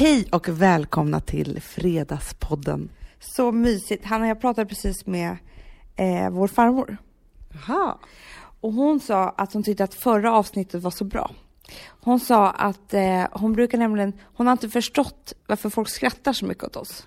Hej och välkomna till Fredagspodden. Så mysigt. Hanna, jag pratade precis med vår farmor. Aha. Och hon sa att hon tyckte att förra avsnittet var så bra. Hon sa att hon brukar nämligen... Hon har inte förstått varför folk skrattar så mycket åt oss.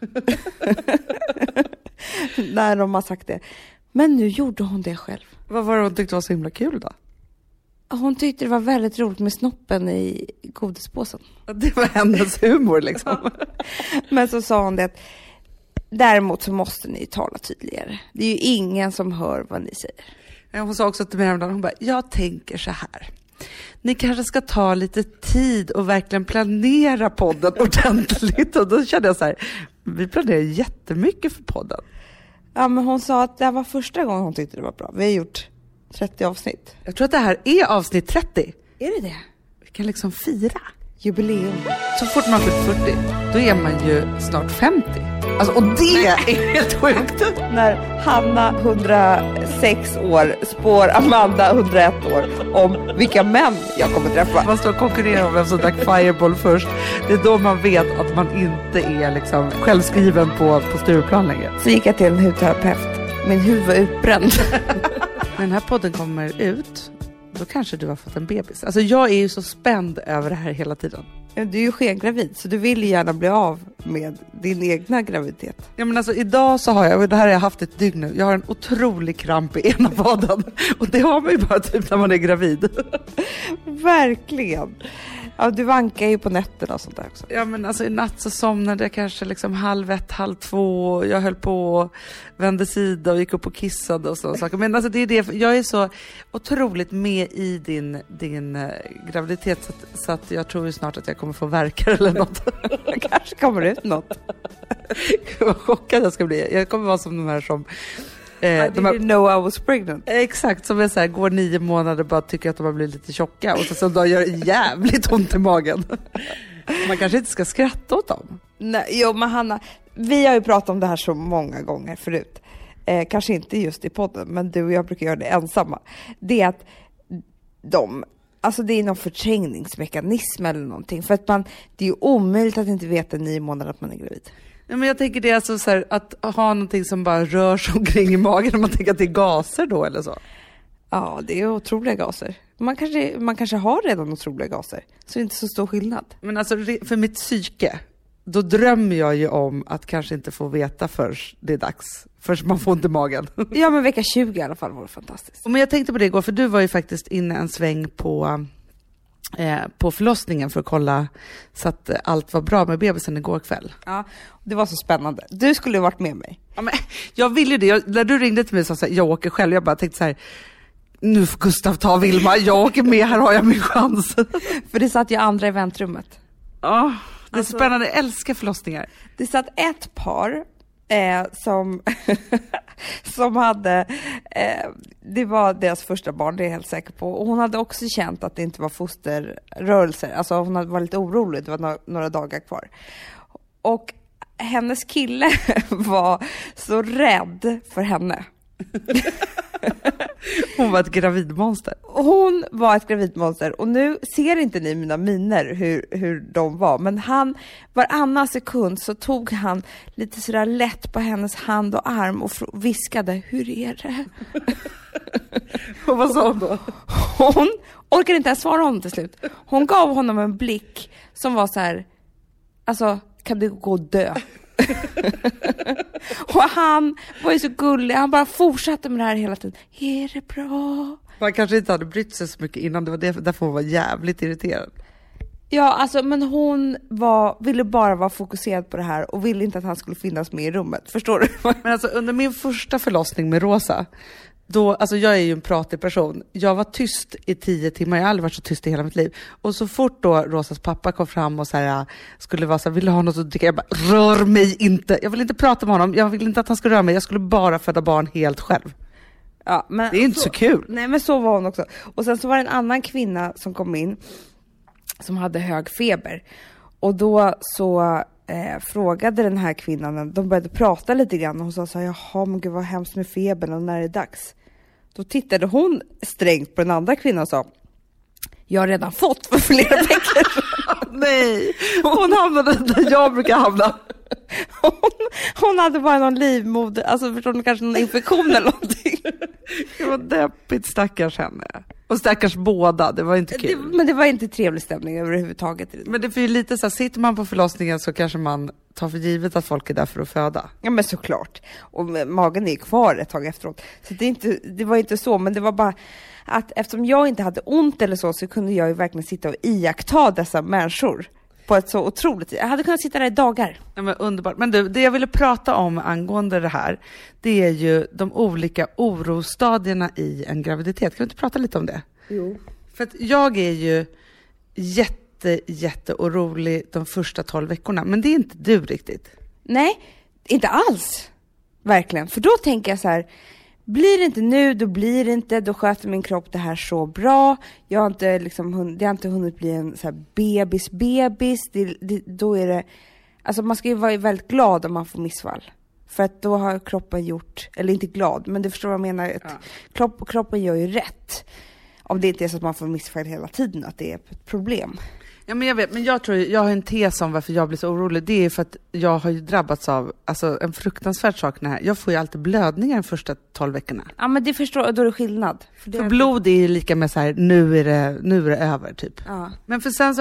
När de har sagt det. Men nu gjorde hon det själv. Vad var det hon tyckte var så himla kul då? Hon tyckte det var väldigt roligt med snoppen i godispåsen. Det var hennes humor liksom. Men så sa hon det att däremot så måste ni tala tydligare. Det är ju ingen som hör vad ni säger. Hon sa också till mig häromdagen, hon bara, jag tänker så här. Ni kanske ska ta lite tid och verkligen planera podden ordentligt. Och då kände jag så här, vi planerar jättemycket för podden. Ja, men hon sa att det var första gången hon tyckte det var bra. Vi har gjort 30 avsnitt. Jag tror att det här är avsnitt 30. Är det det? Vi kan liksom fira. Jubileum. Så fort man fyllt 40, då är man ju snart 50. Alltså, och det är helt sjukt. När Hanna 106 år spår Amanda 101 år om vilka män jag kommer träffa. Man står och konkurrerar om vem som drack Fireball först. Det är då man vet att man inte är liksom självskriven på Stureplan längre. Så gick jag till en hudterapeut. Min huvud var utbränd. När den här podden kommer ut, då kanske du har fått en bebis. Alltså jag är ju så spänd över det här hela tiden. Du är ju skengravid, så du vill ju gärna bli av med din egna graviditet. Ja, men alltså idag så har jag, det här har jag haft ett dygn nu, jag har en otrolig kramp i ena vaden. Och det har man ju bara typ när man är gravid. Verkligen. Ja, du vankar ju på nätterna och sånt där också. Ja, men alltså i natt så somnade jag kanske liksom 1:30, 1:30. Jag höll på och vände sida och gick upp och kissade och sådana saker. Men alltså det är det, jag är så otroligt med i din graviditet så att jag tror ju snart att jag kommer få värkar eller något. Kanske kommer ut något. Vad chockad jag ska bli. Jag kommer vara som de här som... I didn't know I was pregnant. Exakt, som är så här, går 9 månader och bara tycker att de har blivit lite tjocka och så då gör det jävligt ont i magen. Man kanske inte ska skratta åt dem. Nej, jo, men Hanna, vi har ju pratat om det här så många gånger förut. Kanske inte just i podden, men du och jag brukar göra det ensamma. Det är att alltså det är någon förträngningsmekanism eller någonting. För att det är ju omöjligt att inte veta 9 månader att man är gravid. Ja, men jag tänker det är alltså så här, att ha någonting som bara rör sig omkring i magen. Man tänker att det är gaser då eller så. Ja, det är otroliga gaser. Man kanske har redan otroliga gaser. Så det är inte så stor skillnad. Men alltså för mitt psyke, då drömmer jag ju om att kanske inte få veta först det är dags. Först man får inte magen. Ja, men vecka 20 i alla fall var det fantastiskt. Men jag tänkte på det igår, för du var ju faktiskt inne en sväng på förlossningen för att kolla så att allt var bra med bebisen igår kväll. Ja, det var så spännande. Du skulle ju varit med mig. Ja, men jag ville ju det. När du ringde till mig så sa jag åker själv. Jag bara tänkte så här, nu får Gustav ta Vilma. Jag åker med, här har jag min chans. För det satt ju andra i väntrummet. Ja, det är spännande. Jag älskar förlossningar. Det satt ett par som hade, det var deras första barn, det är jag helt säker på. Och hon hade också känt att det inte var fosterrörelser. Alltså hon var lite orolig, det var några dagar kvar. Och hennes kille var så rädd för henne. Hon var ett gravidmonster. Hon var ett gravidmonster. Och nu ser inte ni mina miner hur de var. Men varannan sekund så tog han lite sådär lätt på hennes hand och arm och viskade, hur är det? Och vad sa hon då? Hon orkade inte ens svara honom till slut. Hon gav honom en blick som var så här, alltså, kan du gå och dö? Och han var ju så gullig. Han bara fortsatte med det här hela tiden. Är det bra? Man kanske inte hade brytt sig så mycket innan. Det var därför hon var jävligt irriterad. Ja, alltså, men hon ville bara vara fokuserad på det här och ville inte att han skulle finnas med i rummet. Förstår du? Men alltså under min första förlossning med Rosa, då, alltså jag är ju en pratig person. Jag var tyst i 10 timmar. Jag har aldrig varit så tyst i hela mitt liv. Och så fort då Rosas pappa kom fram och så här, skulle vara så här, vill du ha något att dricka? Jag bara, rör mig inte. Jag vill inte prata med honom. Jag vill inte att han ska röra mig. Jag skulle bara föda barn helt själv. Ja, men det är inte så kul. Nej, men så var hon också. Och sen så var det en annan kvinna som kom in som hade hög feber. Och då så frågade den här kvinnan, de började prata lite grann och hon sa så här, jaha men gud vad hemskt med febern och när är det dags? Då tittade hon strängt på den andra kvinnan och sa, jag har redan fått för flera veckor. Nej, hon hamnade där jag brukar hamna. Hon hade bara någon livmoder, alltså förstår du, kanske någon infektion eller någonting. Det var deppigt, stackars henne. Och stackars båda, det var inte kul. Men det var inte trevlig stämning överhuvudtaget. Men det är ju lite så här, sitter man på förlossningen så kanske man tar för givet att folk är där för att föda. Ja men såklart. Och magen är ju kvar ett tag efteråt. Så det var inte så, men det var bara att eftersom jag inte hade ont eller så kunde jag ju verkligen sitta och iaktta dessa människor på ett så otroligt... Jag hade kunnat sitta där i dagar. Ja, men underbart. Men du, det jag ville prata om angående det här, det är ju de olika orostadierna i en graviditet. Kan vi inte prata lite om det? Jo. För att jag är ju jätteorolig de första 12 veckorna. Men det är inte du riktigt. Nej, inte alls. Verkligen. För då tänker jag så här... Blir det inte nu, då blir det inte. Då sköter min kropp det här så bra. Jag har inte, det har inte hunnit bli en så här bebis. Då är det... Alltså man ska ju vara väldigt glad om man får missfall. För att då har kroppen gjort... Eller inte glad, men du förstår vad jag menar. Ja. Kroppen gör ju rätt. Om det inte är så att man får missfall hela tiden, att det är ett problem. Ja, men jag vet, men jag har en tes om varför jag blir så orolig. Det är för att jag har ju drabbats av en fruktansvärd sak här. Jag får ju alltid blödningar de första 12 veckorna. Ja, men det förstår, då är det skillnad. För blod är ju lika med så här, nu är det över typ. Ja. Men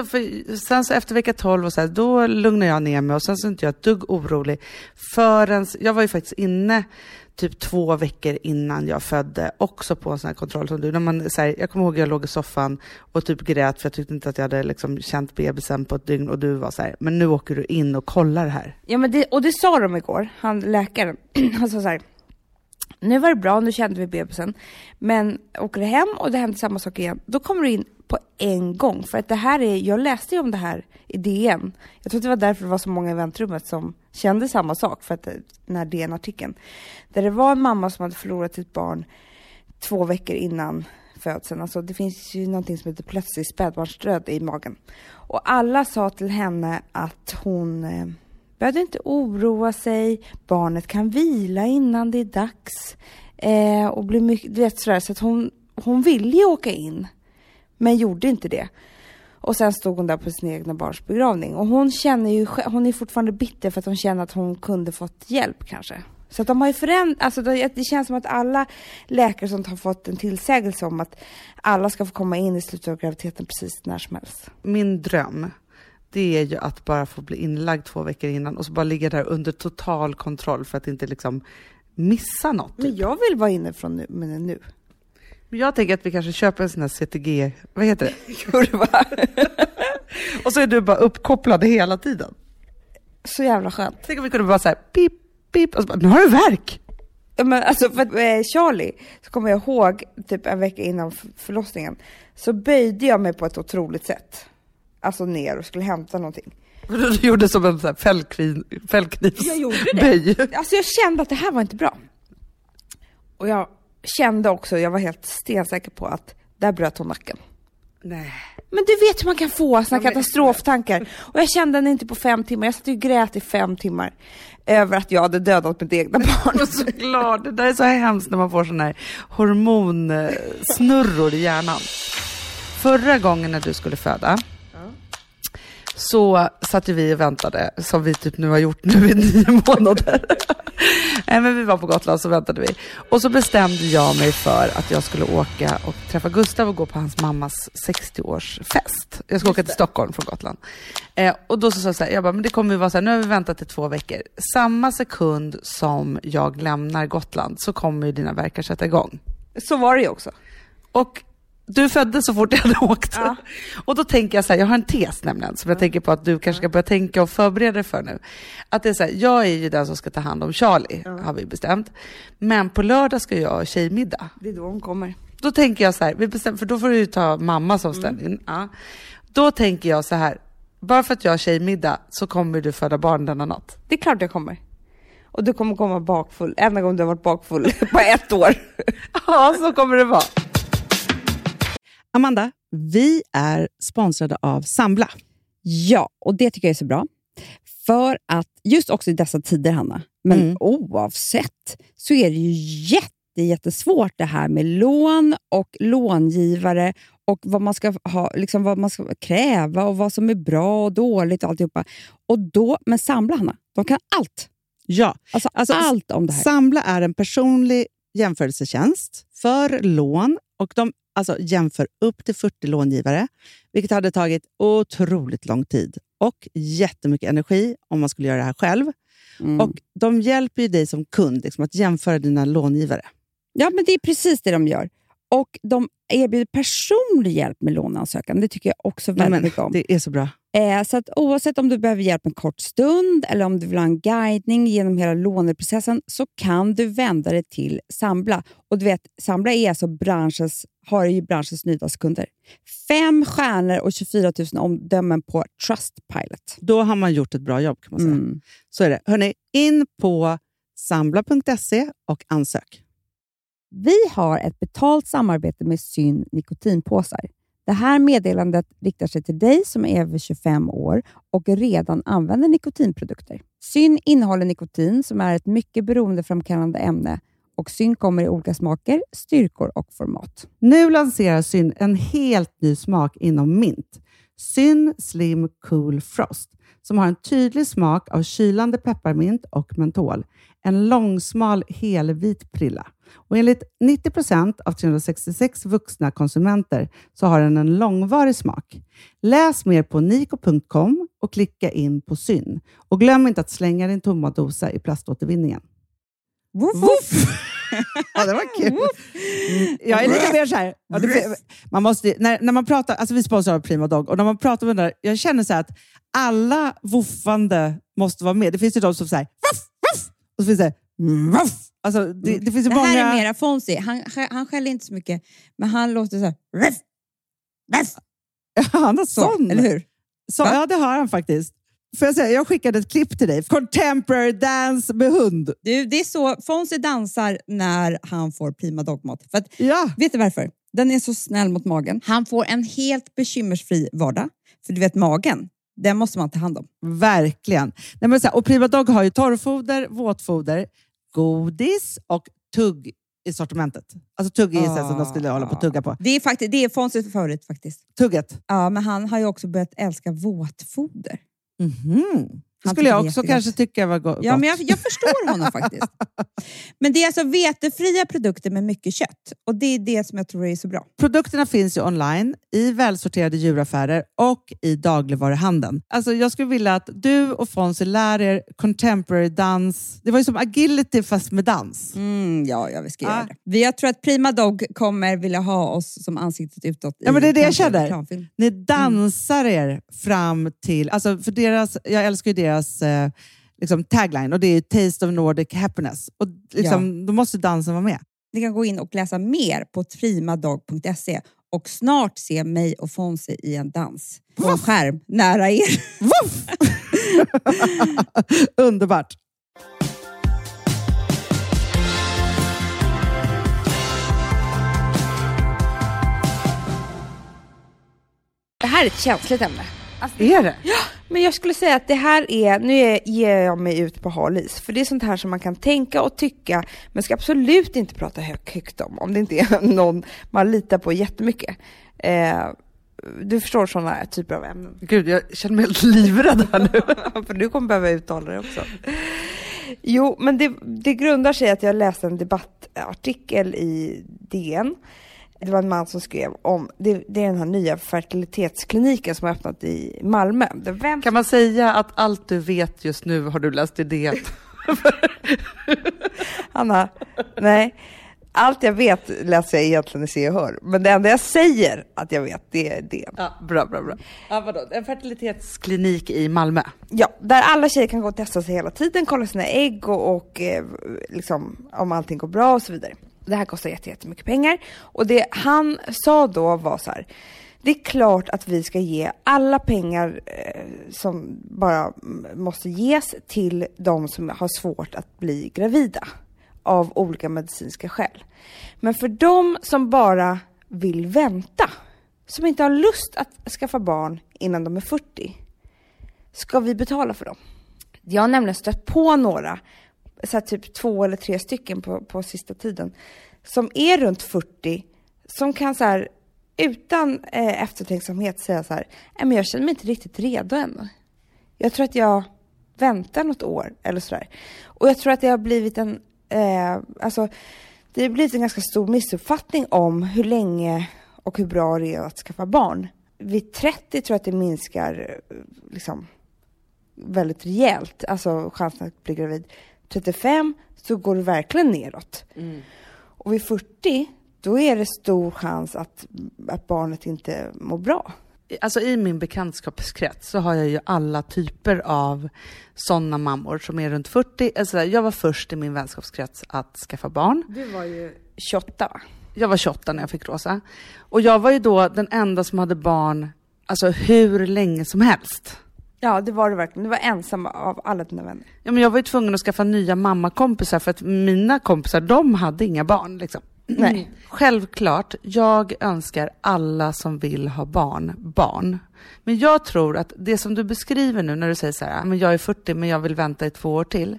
sen så efter vecka 12 och så här, då lugnar jag ner mig och sen så är inte jag ett dugg orolig förrän jag var ju faktiskt inne typ 2 veckor innan jag födde också på en sån här kontroll som du. När man, så här, jag kommer ihåg att jag låg i soffan och typ grät för jag tyckte inte att jag hade känt bebisen på ett dygn och du var så här, men nu åker du in och kollar det här. Ja, men det sa de igår, han läkaren, han sa så här, nu var det bra, nu kände vi bebisen, men åker du hem och det händer samma sak igen, då kommer du in på en gång. För att det här jag läste ju om det här i DN. Jag tror att det var därför det var så många i väntrummet som kände samma sak, för att den här DN-artikeln. Där det var en mamma som hade förlorat sitt barn 2 veckor innan födseln. Alltså det finns ju någonting som heter plötslig spädbarnsdöd i magen. Och alla sa till henne att hon behövde inte oroa sig. Barnet kan vila innan det är dags. Och bli mycket, du vet, sådär, så att hon ville ju åka in. Men gjorde inte det. Och sen stod hon där på sin egna barns begravning. Och hon är fortfarande bitter för att hon känner att hon kunde fått hjälp kanske. Så att de har ju alltså det känns som att alla läkare som har fått en tillsägelse om att alla ska få komma in i slutet av graviditeten precis när som helst. Min dröm, det är ju att bara få bli inlagd 2 veckor innan och så bara ligga där under total kontroll för att inte missa något. Men jag vill vara inne från nu. Jag tänker att vi kanske köper en sån här CTG, vad heter det? Och så är du bara uppkopplad hela tiden. Så jävla skönt. Tänk om vi kunde bara så här, pip, pip, och så bara, nu har du värk. Ja, men alltså för Charlie, så kommer jag ihåg typ en vecka innan förlossningen, så böjde jag mig på ett otroligt sätt. Alltså ner och skulle hämta någonting. Du gjorde som en så här fällknivs. Jag gjorde det. Alltså jag kände att det här var inte bra. Och jag kände också, jag var helt stensäker på att där bröt hon nacken. Nej. Men du vet hur man kan få såna katastroftankar. Och jag kände den inte på 5 timmar. Jag satt ju grät i 5 timmar över att jag hade dödat mitt egna barn. Jag är så glad. Det där är så hemskt när man får såna här hormonsnurror i hjärnan. Förra gången när du skulle föda så satt ju vi och väntade, som vi typ nu har gjort nu i 9 månader. Men vi var på Gotland, så väntade vi. Och så bestämde jag mig för att jag skulle åka och träffa Gustav och gå på hans mammas 60-årsfest. Jag ska åka till Stockholm från Gotland. Och då så sa jag så här, men det kommer ju vara så här, nu har vi väntat i 2 veckor. Samma sekund som jag lämnar Gotland så kommer ju dina verkar sätta igång. Så var det ju också. Och du föddes så fort jag hade åkt. Ja. Och då tänker jag så här, jag har en tes nämligen som jag tänker på att du kanske ska börja tänka och förbereda dig för nu. Att det är så här, jag är ju den som ska ta hand om Charlie, har vi bestämt. Men på lördag ska jag ha tjejmiddag. Det är då hon kommer. Då tänker jag så här, vi bestämt, för då får du ju ta mamma som ställning. Ja. Då tänker jag så här, bara för att jag har tjejmiddag så kommer du föda barn denna natt. Det är klart jag kommer. Och du kommer komma bakfull. Enda gången du har varit bakfull på 1 år. Ja, så kommer det vara. Amanda, vi är sponsrade av Sambla. Ja, och det tycker jag är så bra. För att just också i dessa tider, Hanna, men oavsett så är det ju jättesvårt det här med lån och långivare och vad man ska ha, liksom vad man ska kräva och vad som är bra och dåligt och alltihopa. Och då, men Sambla, Hanna, de kan allt. Ja, Alltså allt om det här. Sambla är en personlig jämförelsetjänst för lån och de jämför upp till 40 långivare, vilket hade tagit otroligt lång tid och jättemycket energi om man skulle göra det här själv. Och de hjälper ju dig som kund liksom, att jämföra dina långivare. Ja, men det är precis det de gör. Och de erbjuder personlig hjälp med låneansökan. Det tycker jag också väldigt mycket om. Det är så bra. Så att oavsett om du behöver hjälp en kort stund eller om du vill ha en guidning genom hela låneprocessen så kan du vända dig till Sambla. Och du vet, Sambla är alltså branschens nyaste kunder. 5 stjärnor och 24 000 omdömen på Trustpilot. Då har man gjort ett bra jobb kan man säga. Så är det. Hörrni, in på sambla.se och ansök. Vi har ett betalt samarbete med Syn nikotinpåsar. Det här meddelandet riktar sig till dig som är över 25 år och redan använder nikotinprodukter. Syn innehåller nikotin som är ett mycket beroendeframkallande ämne och Syn kommer i olika smaker, styrkor och format. Nu lanserar Syn en helt ny smak inom mint. Syn Slim Cool Frost som har en tydlig smak av kylande pepparmint och mentol. En långsmal helvit prilla. Och enligt 90% av 366 vuxna konsumenter så har den en långvarig smak. Läs mer på niko.com och klicka in på Syn. Och glöm inte att slänga din tomma dosa i plaståtervinningen. Woof, woof. Ja, det var kul. Jag är lite mer så här. Ja, man måste, när man pratar, alltså vi sponsrar Prima Dog och när man pratar med den där, jag känner så här att alla woofande måste vara med. Det finns ju de som säger woof, woof, och så finns det woof. Alltså det finns ju det många. Här är mera Fonzie. Han skäller inte så mycket, men han låter så här woof, woof. Han har sån. Eller hur? Så, ja, det har han faktiskt. För jag skickade ett klipp till dig. Contemporary dance med hund. Du, det är så Fonzie dansar när han får Prima Dog-mat. För att, ja. Vet du varför? Den är så snäll mot magen. Han får en helt bekymmersfri vardag. För du vet, magen, den måste man ta hand om. Verkligen. Nej, men så här, och Prima Dog har ju torrfoder, våtfoder, godis och tugg i sortimentet. Alltså tugg är som de skulle hålla på att tugga på. Det är Fonzies favorit faktiskt. Tugget. Ja, men han har ju också börjat älska våtfoder. Mm-hmm. Det skulle jag också kanske tycka var gott. Ja, men jag förstår honom faktiskt. Men det är alltså vetefria produkter med mycket kött. Och det är det som jag tror är så bra. Produkterna finns ju online, i välsorterade djuraffärer och i dagligvaruhandeln. Alltså jag skulle vilja att du och Fonzie lär er contemporary dans. Det var ju som agility fast med dans. Ja, vi ska göra det. Jag tror att Prima Dog kommer vilja ha oss som ansiktet utåt. Ja, men det är det jag känner. Ni dansar er fram till... Alltså för deras... Jag älskar ju deras liksom tagline och det är Taste of Nordic Happiness. Och liksom, då måste dansen vara med. Ni kan gå in och läsa mer på primadog.se och snart se mig och Fonzie i en dans på en skärm nära er. Underbart. Det här är ett känsligt ämne. Alltså, är det? Ja, men jag skulle säga att det här är, nu ger jag mig ut på hal is. För det är sånt här som man kan tänka och tycka, men ska absolut inte prata högt om det inte är någon man litar på jättemycket. Du förstår sådana typer av ämnen. Gud, jag känner mig helt livrädd här nu. För du kommer behöva uttala det också. Jo, men det grundar sig att jag läste en debattartikel i DN. Det var en man som skrev om, det är den här nya fertilitetskliniken som har öppnat i Malmö. Kan man säga att allt du vet just nu har du läst i det? Anna, nej. Allt jag vet läser jag egentligen i Se och Hör. Men det enda jag säger att jag vet, det är det. Ja, bra. Ja, vadå? En fertilitetsklinik i Malmö? Ja, där alla tjejer kan gå och testa sig hela tiden, kolla sina ägg och liksom, om allting går bra och så vidare. Det här kostar jättemycket pengar. Och det han sa då var så här: det är klart att vi ska ge alla pengar som bara måste ges till de som har svårt att bli gravida av olika medicinska skäl. Men för de som bara vill vänta, som inte har lust att skaffa barn innan de är 40, ska vi betala för dem. Jag har nämligen stött på några så här, typ 2 eller 3 stycken på sista tiden, som är runt 40, som kan så här, utan eftertänksamhet säga så här, men jag känner mig inte riktigt redo än. Jag tror att jag väntar något år eller sådär. Och jag tror att det har blivit en det har blivit en ganska stor missuppfattning om hur länge och hur bra det är att skaffa barn. Vid 30 tror jag att det minskar liksom väldigt rejält, alltså chansen att bli gravid. 35 så går det verkligen neråt. Och vid 40 då är det stor chans att barnet inte mår bra. Alltså i min bekantskapskrets så har jag ju alla typer av sådana mammor som är runt 40. Alltså jag var först i min vänskapskrets att skaffa barn. Du var ju 28, va? Jag var 28 när jag fick Rosa. Och jag var ju då den enda som hade barn alltså hur länge som helst. Ja, det var det verkligen. Du var ensam av alla dina vänner. Ja, men jag var ju tvungen att skaffa nya mammakompisar för att mina kompisar, de hade inga barn liksom. Nej. Självklart, jag önskar alla som vill ha barn. Men jag tror att det som du beskriver nu när du säger så här, men jag är 40 men jag vill vänta i 2 år till.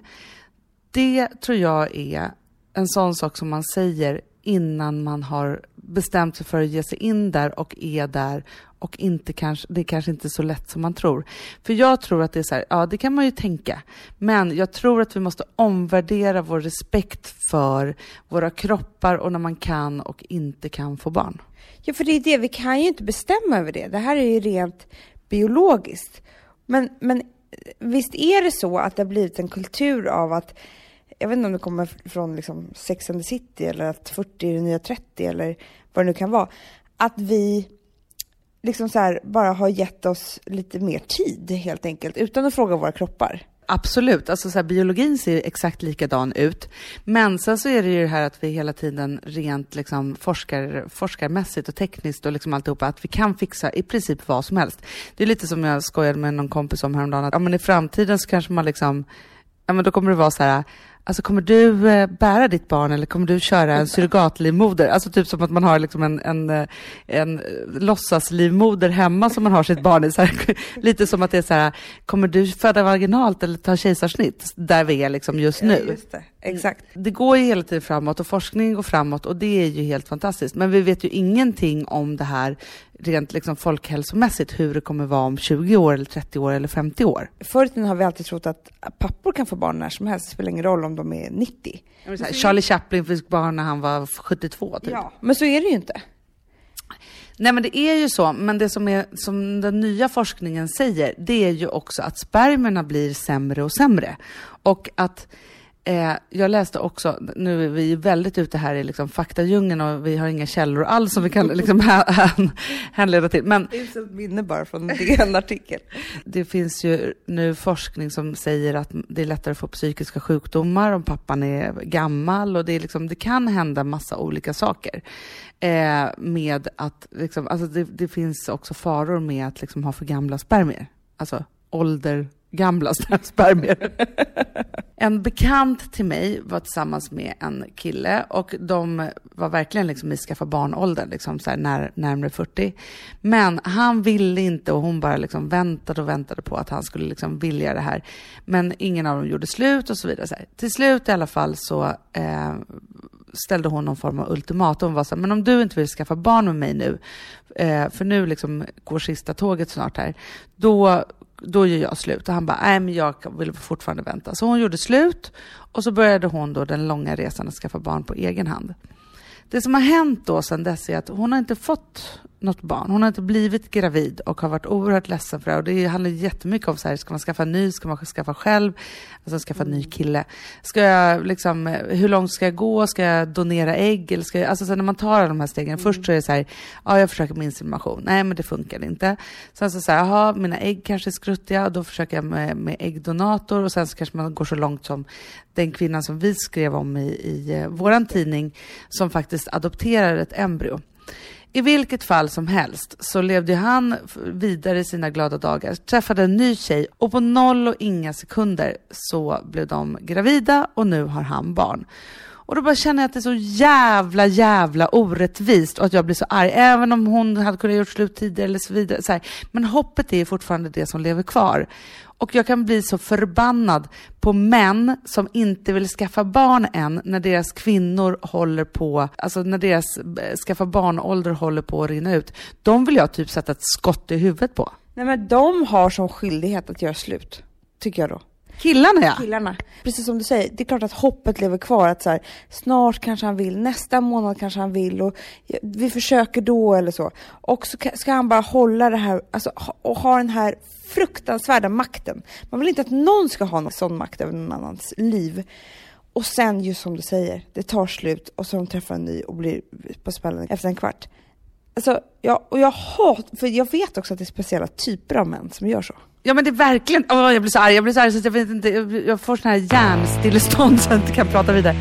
Det tror jag är en sån sak som man säger innan man har bestämt sig för att ge sig in där och är där och inte det är kanske inte så lätt som man tror. För jag tror att det är så här, ja det kan man ju tänka. Men jag tror att vi måste omvärdera vår respekt för våra kroppar och när man kan och inte kan få barn. Ja, för det är det, vi kan ju inte bestämma över det. Det här är ju rent biologiskt. Men visst är det så att det har blivit en kultur av att, jag vet inte om det kommer från liksom Sex and the City eller att 40 är det nya 30 eller vad det nu kan vara. Att vi liksom så här bara har gett oss lite mer tid helt enkelt utan att fråga våra kroppar. Absolut, alltså så här, biologin ser ju exakt likadan ut. Men sen så är det ju det här att vi hela tiden rent liksom forskarmässigt och tekniskt och liksom alltihopa att vi kan fixa i princip vad som helst. Det är lite som jag skojade med någon kompis om häromdagen att men i framtiden så kanske man liksom, men då kommer det vara så här. Alltså kommer du bära ditt barn eller kommer du köra en surrogatlivmoder? Alltså typ som att man har liksom en låtsaslivmoder hemma som man har sitt barn i. Så här, lite som att det är så här, kommer du föda vaginalt eller ta kejsarsnitt? Där vi är liksom just nu. Ja, just det. Exakt. Det går ju hela tiden framåt och forskning går framåt och det är ju helt fantastiskt. Men vi vet ju ingenting om det här rent liksom folkhälsomässigt, hur det kommer vara om 20 år eller 30 år eller 50 år. Förr i tiden har vi alltid trott att pappor kan få barn när som helst. Det spelar ingen roll om de är 90. Charlie Chaplin fick barn när han var 72 typ. Ja, men så är det ju inte. Nej, men det är ju så, men det som den nya forskningen säger, det är ju också att spermierna blir sämre och sämre. Och att jag läste också, nu är vi väldigt ute här i liksom faktadjungeln och vi har inga källor alls som vi kan liksom hänleda till. Men det är så ett minne bara från en artikel. Det finns ju nu forskning som säger att det är lättare att få psykiska sjukdomar om pappan är gammal och det är liksom, det kan hända massa olika saker med att liksom, alltså det finns också faror med att liksom ha för gamla spermier. Alltså gamla spermier. En bekant till mig var tillsammans med en kille och de var verkligen liksom i skaffa barnåldern, liksom så här närmare 40. Men han ville inte och hon bara liksom väntade på att han skulle liksom vilja det här. Men ingen av dem gjorde slut och så vidare. Så här. Till slut i alla fall så ställde hon någon form av ultimatum. Var så här, men om du inte vill skaffa barn med mig nu, för nu liksom går sista tåget snart här, då gör jag slut. Och han bara, nej men jag vill fortfarande vänta. Så hon gjorde slut och så började hon då den långa resan att skaffa barn på egen hand. Det som har hänt då sedan dess är att hon har inte fått något barn. Hon har inte blivit gravid och har varit oerhört ledsen för det. Och det handlar jättemycket om så här, ska man skaffa ny, ska man skaffa själv, alltså skaffa en ny kille. Ska jag liksom, hur långt ska jag gå? Ska jag donera ägg? Eller ska jag, alltså så när man tar de här stegen, först så är det så här, ja jag försöker med insemination. Nej men det funkar inte. Sen så här, jaha, mina ägg kanske är skruttiga, då försöker jag med äggdonator och sen så kanske man går så långt som den kvinnan som vi skrev om i våran tidning som faktiskt adopterar ett embryo. I vilket fall som helst så levde han vidare i sina glada dagar, träffade en ny tjej och på 0 och inga sekunder så blev de gravida och nu har han barn. Och då bara känner jag att det är så jävla orättvist och att jag blir så arg. Även om hon hade kunnat gjort slut tidigare eller så vidare. Så här. Men hoppet är fortfarande det som lever kvar. Och jag kan bli så förbannad på män som inte vill skaffa barn än när deras kvinnor håller på, alltså när deras skaffa barnålder håller på att rinna ut. De vill jag typ sätta ett skott i huvudet på. Nej, men de har som skyldighet att göra slut, tycker jag då. Killarna. Precis som du säger, det är klart att hoppet lever kvar. Att så här, snart kanske han vill, nästa månad kanske han vill och vi försöker då eller så. Och så ska han bara hålla det här, alltså, och ha den här fruktansvärda makten. Man vill inte att någon ska ha någon sån makt över någon annans liv. Och sen just som du säger, det tar slut och så de träffar en ny och blir på spällen efter en kvart. Alltså, för jag vet också att det är speciella typer av män som gör så. Ja men det är verkligen, jag blir så arg så att jag vet inte, jag får sån här hjärnstillestånd så jag inte kan prata vidare.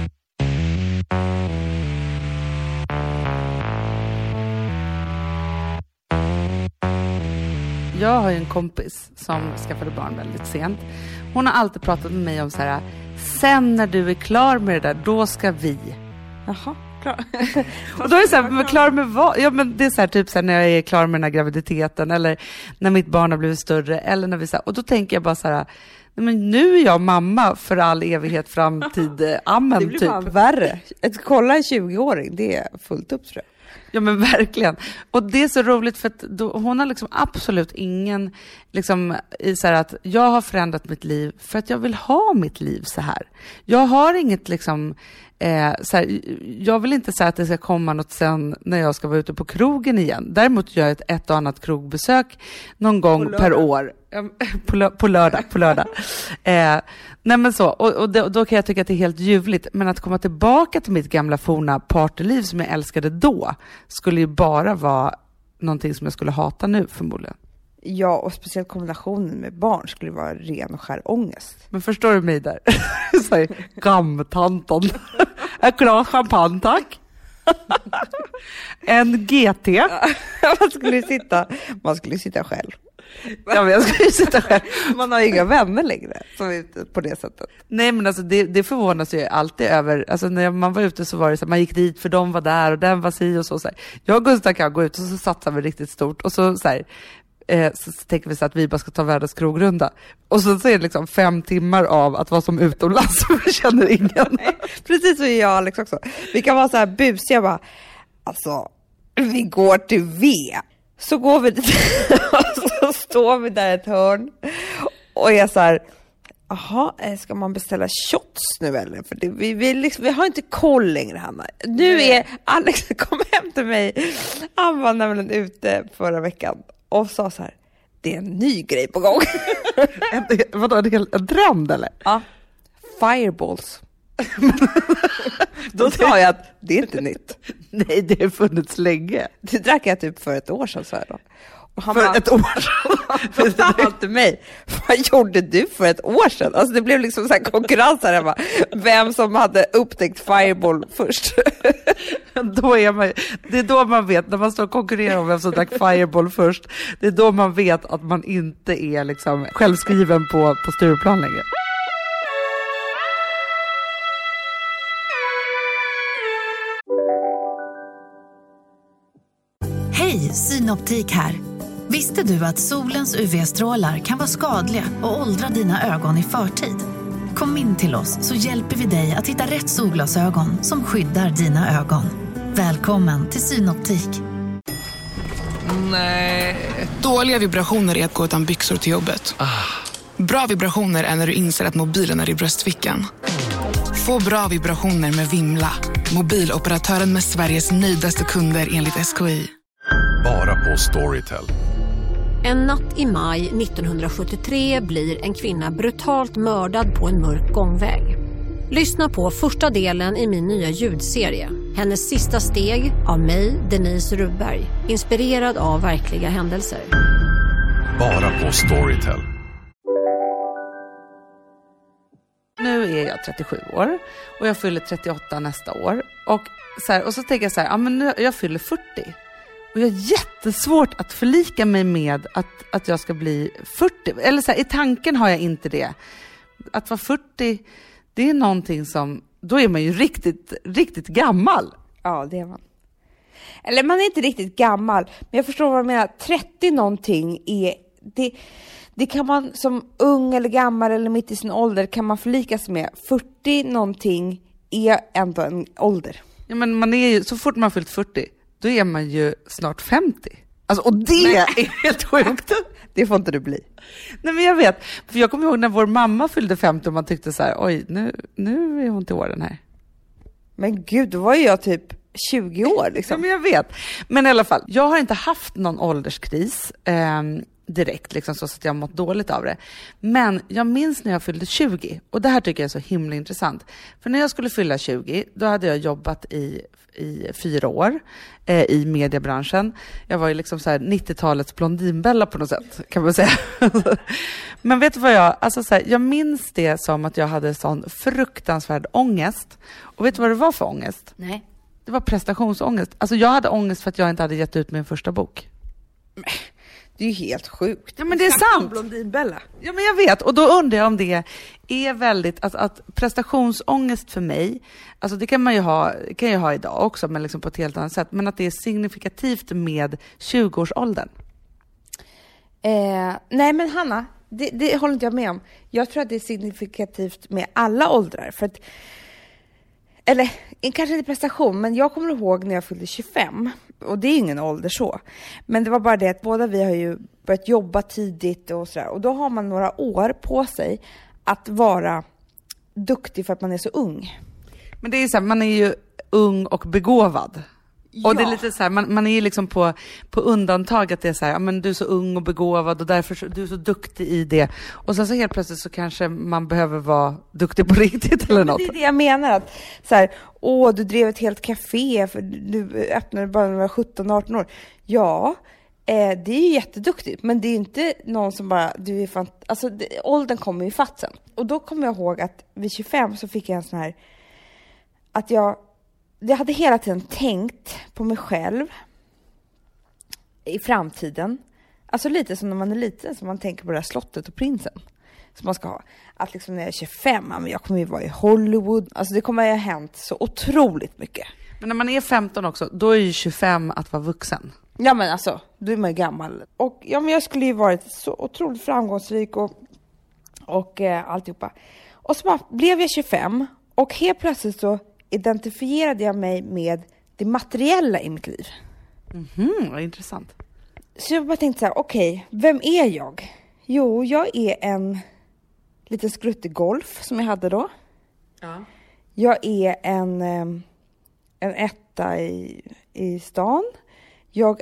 Jag har ju en kompis som skaffade barn väldigt sent. Hon har alltid pratat med mig om så här: sen när du är klar med det där, då ska vi. Jaha. Och då är det så här, men klar med vad? Ja men det är så här, typ så här, när jag är klar med den här graviditeten eller när mitt barn har blivit större eller när vi så här, och då tänker jag bara så här: nej, men nu är jag mamma för all evighet framtid. Amen, det blir typ. bara värre. Kolla en 20-åring, det är fullt upp tror jag. Ja men verkligen. Och det är så roligt för att hon har liksom absolut ingen liksom i så här att jag har förändrat mitt liv för att jag vill ha mitt liv så här. Jag har inget liksom så här, jag vill inte säga att det ska komma något sen när jag ska vara ute på krogen igen. Däremot gör jag ett och annat krogbesök någon gång per år. På lördag. Nej men så, och då kan jag tycka att det är helt ljuvligt. Men att komma tillbaka till mitt gamla forna partyliv som jag älskade då skulle ju bara vara någonting som jag skulle hata nu förmodligen. Ja, och speciellt kombinationen med barn skulle vara ren och skär ångest. Men förstår du mig där? Säg, gamtanten. Ett glas champagne, tack. En GT. Man skulle sitta själv. Ja, men jag skulle sitta själv. Man har inga vänner längre som är ute på det sättet. Nej men alltså det förvånas ju alltid över. Alltså när man var ute så var det så man gick dit för de var där och den var si och så. Jag och Gustav kan gå ut och så satsar vi riktigt stort och så så tänker vi så att vi bara ska ta världens krogrunda. Och så är det liksom 5 timmar av att vara som utomlands och vi känner ingen. Precis så är jag Alex också. Vi kan vara så här busiga bara, alltså vi går till V. Så går vi dit och så står vi där ett hörn och är så här: jaha, ska man beställa shots nu eller? För det, vi har inte koll längre, Hanna. Nu är Alex, kom hem till mig. Han var nämligen ute förra veckan och sa så här: det är en ny grej på gång. Vadå, en trend eller? Ja, fireballs. Då sa jag att det är inte nytt. Nej, det har funnits länge. Det drack jag typ för ett år sedan, så här då. Och han för ett år sedan? Han till mig, vad gjorde du för ett år sedan? Alltså det blev liksom så här konkurrens här hemma. Vem som hade upptäckt Fireball först. Det är då man vet, när man står och konkurrerar om vem som drack Fireball först. Det är då man vet att man inte är liksom självskriven på Stureplan längre. Hej, Synoptik här. Visste du att solens UV-strålar kan vara skadliga och åldra dina ögon i förtid? Kom in till oss så hjälper vi dig att hitta rätt solglasögon som skyddar dina ögon. Välkommen till Synoptik. Nej. Dåliga vibrationer är att gå utan byxor till jobbet. Bra vibrationer är när du inser att mobilen är i bröstfickan. Få bra vibrationer med Vimla. Mobiloperatören med Sveriges nöjdaste kunder enligt SKI. Bara på Storytel. En natt i maj 1973 blir en kvinna brutalt mördad på en mörk gångväg. Lyssna på första delen i min nya ljudserie. Hennes sista steg av mig, Denise Rubberg. Inspirerad av verkliga händelser. Bara på Storytel. Nu är jag 37 år och jag fyller 38 nästa år. Och så tänker jag så här, ja men nu, jag fyller 40. Och jag har jättesvårt att förlika mig med att jag ska bli 40. Eller så här, i tanken har jag inte det. Att vara 40, det är någonting som då är man ju riktigt, riktigt gammal. Ja, det är man. Eller man är inte riktigt gammal, men jag förstår vad jag menar. 30 någonting är... Det kan man som ung eller gammal eller mitt i sin ålder kan man förlikas med. 40 någonting är ändå en ålder. Ja, men man är ju, så fort man fyllt 40, då är man ju snart 50. Alltså, och det är helt sjukt. Det får inte du bli. Nej, men jag vet. För jag kommer ihåg när vår mamma fyllde 50 och man tyckte så här, oj, nu är hon till åren här. Men gud, då var ju jag typ 20 år liksom. Ja, men jag vet. Men i alla fall, jag har inte haft någon ålderskris direkt, liksom, så att jag har mått dåligt av det. Men jag minns när jag fyllde 20, och det här tycker jag är så himla intressant. För när jag skulle fylla 20, då hade jag jobbat i 4 år i mediebranschen. Jag var ju liksom så här 90-talets blondinbella på något sätt, kan man säga. Men vet du vad jag minns det som att jag hade sån fruktansvärd ångest. Och vet du vad det var för ångest? Nej. Det var prestationsångest. Alltså jag hade ångest för att jag inte hade gett ut min första bok. Det är ju helt sjukt. Ja, men det är sant. Blondinbella. Ja, men jag vet. Och då undrar jag om det är väldigt... att prestationsångest för mig, alltså det kan man ju ha idag också, men liksom på ett helt annat sätt. Men att det är signifikativt med 20-årsåldern. Nej, men Hanna, det håller inte jag med om. Jag tror att det är signifikativt med alla åldrar. För att, eller kanske inte prestation, men jag kommer ihåg när jag fyllde 25. Och det är ingen ålder så. Men det var bara det att båda vi har ju börjat jobba tidigt och sådär. Och då har man några år på sig att vara duktig för att man är så ung. Men det är så här, man är ju ung och begåvad. Ja. Och det är lite så här, man är ju liksom på undantag att det är så här, ja, men du är så ung och begåvad och därför du är så duktig i det. Och sen så helt plötsligt så kanske man behöver vara duktig på riktigt eller något. Det är det jag menar, att så här, du drev ett helt café för du öppnade bara när du var 17-18 år. Ja, det är ju jätteduktigt, men det är inte någon som bara, åldern kommer ju fatt sen. Och då kommer jag ihåg att vid 25 så fick jag en sån här, att jag hade hela tiden tänkt på mig själv i framtiden. Alltså lite som när man är liten, som man tänker på det här slottet och prinsen som man ska ha. Att liksom när jag är 25, men jag kommer ju vara i Hollywood. Alltså det kommer ju ha hänt så otroligt mycket. Men när man är 15 också, då är ju 25 att vara vuxen. Ja, men alltså, då är man ju gammal. Och ja, men jag skulle ju varit så otroligt framgångsrik och alltihopa. Och så bara blev jag 25 och helt plötsligt så identifierade jag mig med det materiella i mitt liv. Vad intressant. Så jag bara tänkte så här, okej, vem är jag? Jo, jag är en liten skruttig golf som jag hade då. Ja. Jag är en etta i stan. Jag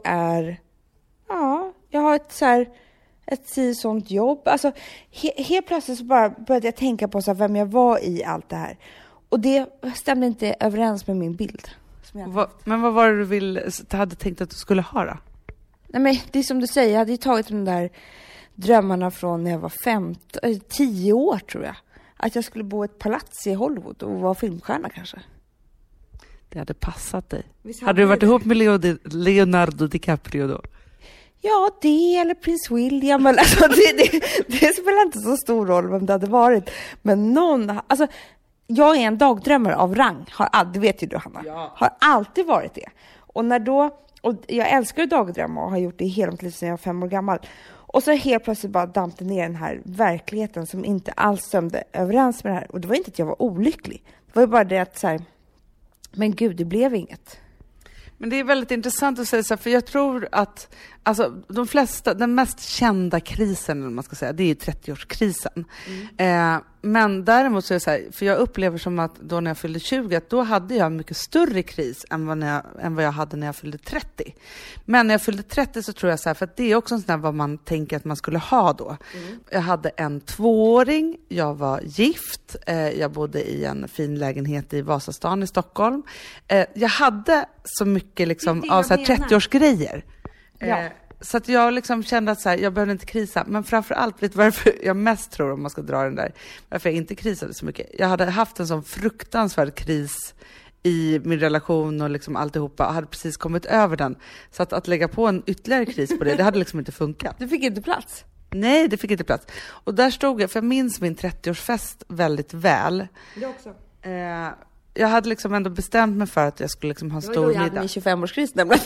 har ett sånt jobb. Alltså, helt plötsligt så bara började jag tänka på så här, vem jag var i allt det här. Och det stämde inte överens med min bild. Men vad var det du hade tänkt att du skulle ha då? Nej, men det är som du säger, jag hade ju tagit de där drömmarna från när jag var 10 år tror jag. Att jag skulle bo i ett palats i Hollywood och vara filmstjärna kanske. Det hade passat dig. Hade du varit ihop med Leonardo DiCaprio då? Ja, det eller Prins William. Alltså, det spelar inte så stor roll vem det hade varit. Men alltså, jag är en dagdrömmare av rang. Det vet ju du, Hanna. Ja. Har alltid varit det. Och jag älskar dagdrömmar och har gjort det hela mitt liv sedan jag var 5 år gammal. Och så helt plötsligt bara dampte ner den här verkligheten som inte alls stämde överens med det här. Och det var inte att jag var olycklig. Det var ju bara det att så här, men gud, det blev inget. Men det är väldigt intressant att säga så här, för jag tror att alltså, den mest kända krisen, om man ska säga, det är ju 30-årskrisen. Men däremot så är det så här, för jag upplever som att då när jag fyllde 20, att då hade jag en mycket större kris än vad jag hade när jag fyllde 30. Men när jag fyllde 30 så tror jag så här, för att det är också en sån här vad man tänker att man skulle ha då. Jag hade en 2-åring, jag var gift, jag bodde i en fin lägenhet i Vasastan i Stockholm. Jag hade så mycket liksom av så här 30-årsgrejer. Ja. Så att jag liksom kände att så här, jag behövde inte krisa. Men framförallt, vet du varför jag mest tror, om man ska dra den där, varför jag inte krisade så mycket. Jag hade haft en sån fruktansvärd kris i min relation och liksom alltihopa, och hade precis kommit över den. Så att lägga på en ytterligare kris på det hade liksom inte funkat. Du fick inte plats? Nej, det fick inte plats. Och där stod jag, för jag minns min 30-årsfest väldigt väl. Det också. jag hade liksom ändå bestämt mig för att jag skulle liksom ha en stor middag. Jag hade min 25-årskris nämligen.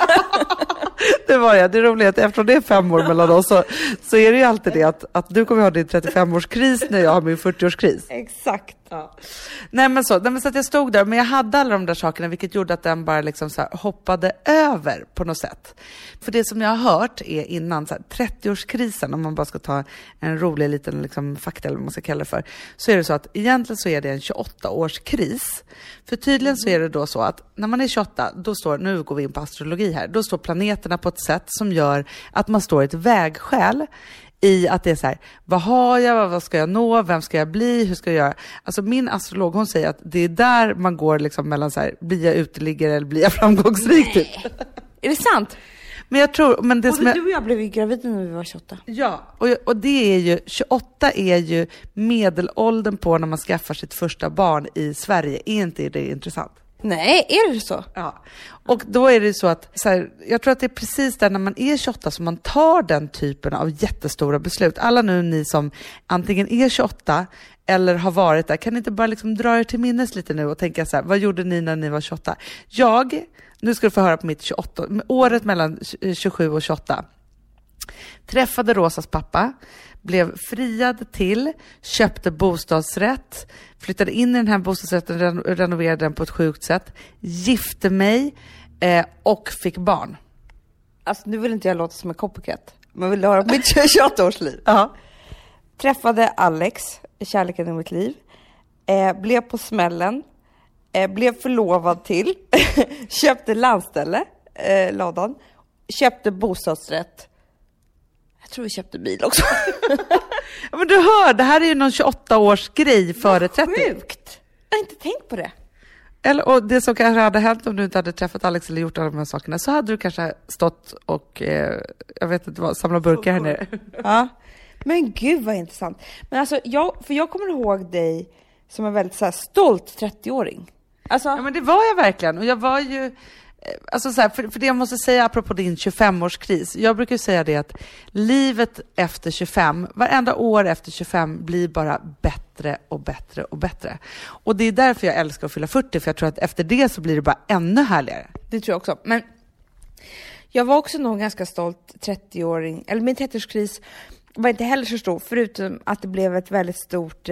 Det var jag. Det är roligt att eftersom det är 5 år mellan oss så är det ju alltid det att du kommer ha din 35-årskris när jag har min 40-årskris. Exakt. Ja. Nej men så att jag stod där, men jag hade alla de där sakerna, vilket gjorde att den bara liksom så här hoppade över på något sätt. För det som jag har hört är innan så här 30-årskrisen, om man bara ska ta en rolig liten liksom fakta eller vad man ska kalla det för, så är det så att egentligen så är det en 28-årskris. För tydligen så är det då så att när man är 28, då står, nu går vi in på astrologi här, då står planeterna på ett sätt som gör att man står i ett vägskäl i att det är så här, vad har jag, vad ska jag nå, vem ska jag bli, hur ska jag göra? Alltså min astrolog, hon säger att det är där man går liksom mellan så här, blir jag uteliggare eller blir jag framgångsrik typ. Är det sant? Men jag tror, men det både som du och jag blev ju gravida när vi var 28. Ja, och det är ju, 28 är ju medelåldern på när man skaffar sitt första barn i Sverige. Är inte det intressant? Nej, är det så? Ja, och då är det så att så här, jag tror att det är precis där när man är 28 som man tar den typen av jättestora beslut. Alla nu ni som antingen är 28 eller har varit där, kan ni inte bara liksom dra er till minnes lite nu och tänka så här, vad gjorde ni när ni var 28? Nu ska du få höra på mitt 28, året mellan 27 och 28. Träffade Rosas pappa, blev friad till, köpte bostadsrätt, flyttade in i den här bostadsrätten, renoverade den på ett sjukt sätt, gifte mig och fick barn. Alltså nu vill inte jag låta som en copycat, men vill höra mitt 28-årsliv. Ja. Träffade Alex, kärleken i mitt liv, blev på smällen, blev förlovad till, köpte landställe, ladan, köpte bostadsrätt. Jag tror vi köpte bil också. Ja, men du hör, det här är ju någon 28-års grej före 30. Sjukt! Jag har inte tänkt på det. Eller, och det som kanske hade hänt om du inte hade träffat Alex eller gjort alla de här sakerna, så hade du kanske stått och, jag vet inte vad, samla burkar här nere. Ja. Men gud vad intressant. Men alltså, jag kommer ihåg dig som en väldigt så här stolt 30-åring. Alltså... Ja, men det var jag verkligen. Och jag var ju... Alltså så här, för det jag måste säga apropå din 25-årskris. Jag brukar säga det att livet efter 25, varenda år efter 25 blir bara bättre och bättre och bättre. Och det är därför jag älskar att fylla 40, för jag tror att efter det så blir det bara ännu härligare. Det tror jag också. Men jag var också nog ganska stolt 30-åring. Eller min 30-årskris var inte heller så stor, förutom att det blev ett väldigt stort...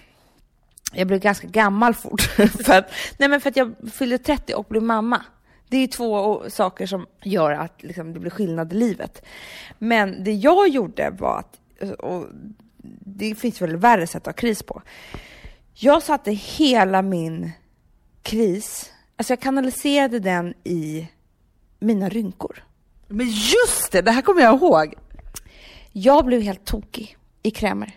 jag blev ganska gammal fort. för att jag fyllde 30 och blev mamma. Det är 2 saker som gör att liksom, det blir skillnad i livet. Men det jag gjorde var att, och det finns väl värre sätt att ha kris på. Jag satte hela min kris, alltså jag kanaliserade den i mina rynkor. Men just det här kommer jag ihåg. Jag blev helt tokig i krämer.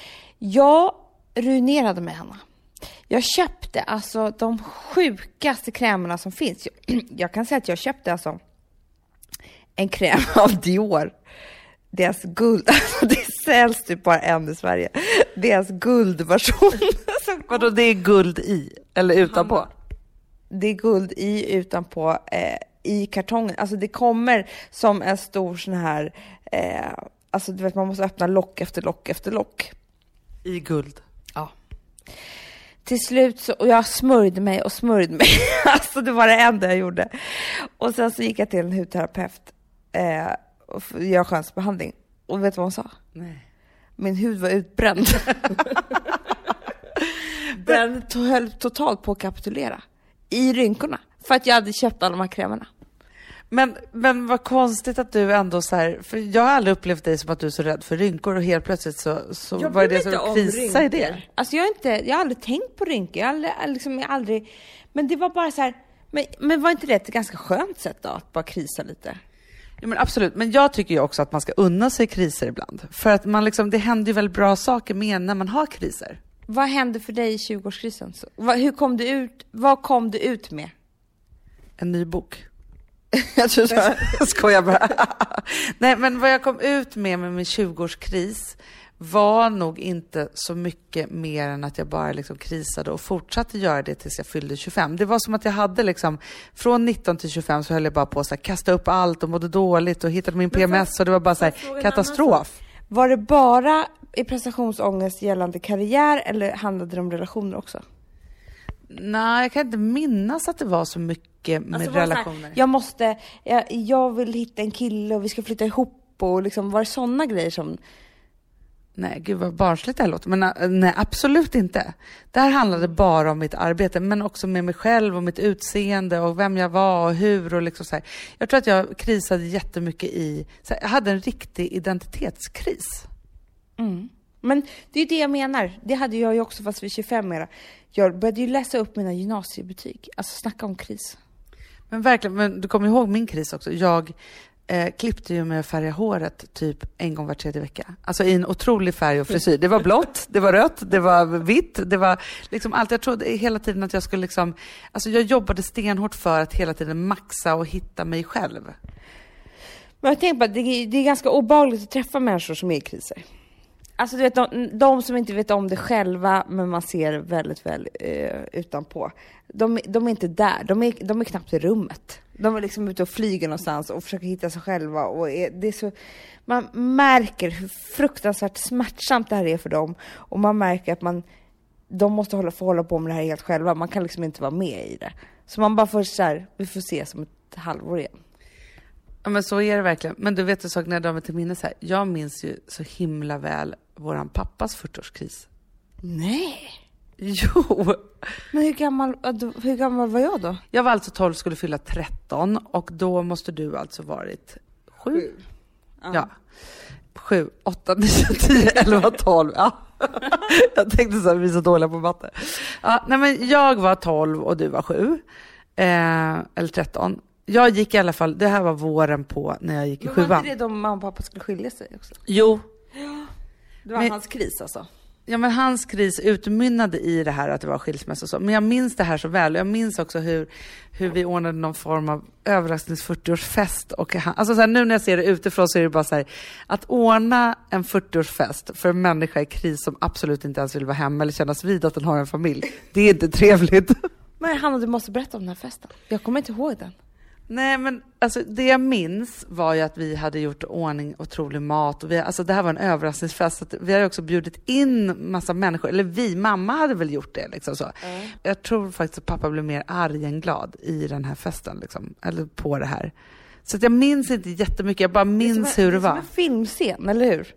Jag ruinerade mig, Hanna. Jag köpte alltså de sjukaste krämerna som finns. Jag kan säga att jag köpte alltså en kräm av Dior. Deras guld, alltså det säljs typ bara en i Sverige. Deras guldversion. Vadå, det är guld i eller utanpå? Det är guld i utanpå i kartongen. Alltså det kommer som en stor sån här, alltså du vet man måste öppna lock efter lock efter lock. I guld. Ja. Till slut så, och jag smörjde mig. Alltså det var det enda jag gjorde. Och sen så gick jag till en hudterapeut och gör skönsbehandling. Och vet du vad hon sa? Nej. Min hud var utbränd. Den höll totalt på att kapitulera. I rynkorna. För att jag hade köpt alla de här krämerna. Men vad konstigt att du ändå så här, för jag har aldrig upplevt dig som att du är så rädd för rynkor, och helt plötsligt så var det så krisa i det. Alltså jag har aldrig tänkt på rynkor. Jag aldrig, men det var bara så här, men var inte det ett ganska skönt sätt då, att bara krisa lite? Ja, men absolut, men jag tycker ju också att man ska unna sig kriser ibland. För att man liksom, det händer ju väl bra saker med när man har kriser. Vad hände för dig i 20-årskrisen? Vad kom du ut med? En ny bok. Jag tror så. Jag skojar bara. Nej, men vad jag kom ut med min 20-årskris var nog inte så mycket mer än att jag bara liksom krisade och fortsatte göra det tills jag fyllde 25. Det var som att jag hade liksom, från 19 till 25 så höll jag bara på att kasta upp allt och mådde dåligt och hittade min PMS, och det var bara så här katastrof. Var det bara i prestationsångest gällande karriär eller handlade det om relationer också? Nej, jag kan inte minnas att det var så mycket med relationer. Jag vill hitta en kille och vi ska flytta ihop och liksom, var det sådana grejer som... Nej, gud vad barnsligt det här låter. Men nej, absolut inte. Det här handlade bara om mitt arbete, men också med mig själv och mitt utseende och vem jag var och hur och liksom så här. Jag tror att jag krisade jättemycket jag hade en riktig identitetskris. Mm. Men det är ju det jag menar. Det hade jag ju också fast vid 25 era. Jag började ju läsa upp mina gymnasiebetyg. Alltså snacka om kris. Men verkligen, men du kommer ihåg min kris också. Jag klippte ju med att färga håret typ en gång var 3:e vecka. Alltså i en otrolig färg och frisyr. Det var blått, det var rött, det var vitt, det var liksom allt. Jag trodde hela tiden att jag skulle liksom... Alltså jag jobbade stenhårt för att hela tiden maxa och hitta mig själv. Men jag tänker på att det är ganska obehagligt att träffa människor som är i kriser. Alltså du vet, de som inte vet om det själva, men man ser väldigt väl utanpå. De är inte där, de är knappt i rummet. De är liksom ute och flyger någonstans och försöker hitta sig själva. Och det är så, man märker hur fruktansvärt smärtsamt det här är för dem. Och man märker att de måste få hålla på med det här helt själva. Man kan liksom inte vara med i det. Så man bara får så här, vi får se som ett halvår igen. Ja, men så är det verkligen. Men du vet en sak när jag drar mig till minnes här. Jag minns ju så himla väl våran pappas 40-årskris. Nej. Jo. Men hur gammal var jag då? Jag var alltså 12, skulle fylla 13. Och då måste du alltså varit 7. Ja. 7, 8, 9, 10, 11, 12. Ja. Jag tänkte så här, vi är så dåliga på matte. Ja, nej men jag var 12 och du var 7. Eller 13. Jag gick i alla fall, det här var våren på när jag gick i 7. Men var inte det då mamma och pappa skulle skilja sig också? Jo. Ja, det var hans kris alltså. Ja, men hans kris utmynnade i det här att det var skilsmässa och så. Men jag minns det här så väl. Jag minns också hur vi ordnade någon form av överrasknings 40-årsfest. Och alltså så här, nu när jag ser det utifrån så är det bara så här, att ordna en 40-årsfest för en människa i kris som absolut inte ens vill vara hemma eller kännas vid att den har en familj. Det är inte trevligt. Men Hanna, du måste berätta om den här festen. Jag kommer inte ihåg den. Nej, men alltså, det jag minns var ju att vi hade gjort ordning otrolig mat. Och alltså, det här var en överraskningsfest. Så vi hade också bjudit in massa människor. Eller mamma hade väl gjort det. Liksom, så. Jag tror faktiskt att pappa blev mer arg än glad i den här festen. Liksom, eller på det här. Så att jag minns inte jättemycket. Jag bara minns hur det var. Det är som en filmscen, eller hur?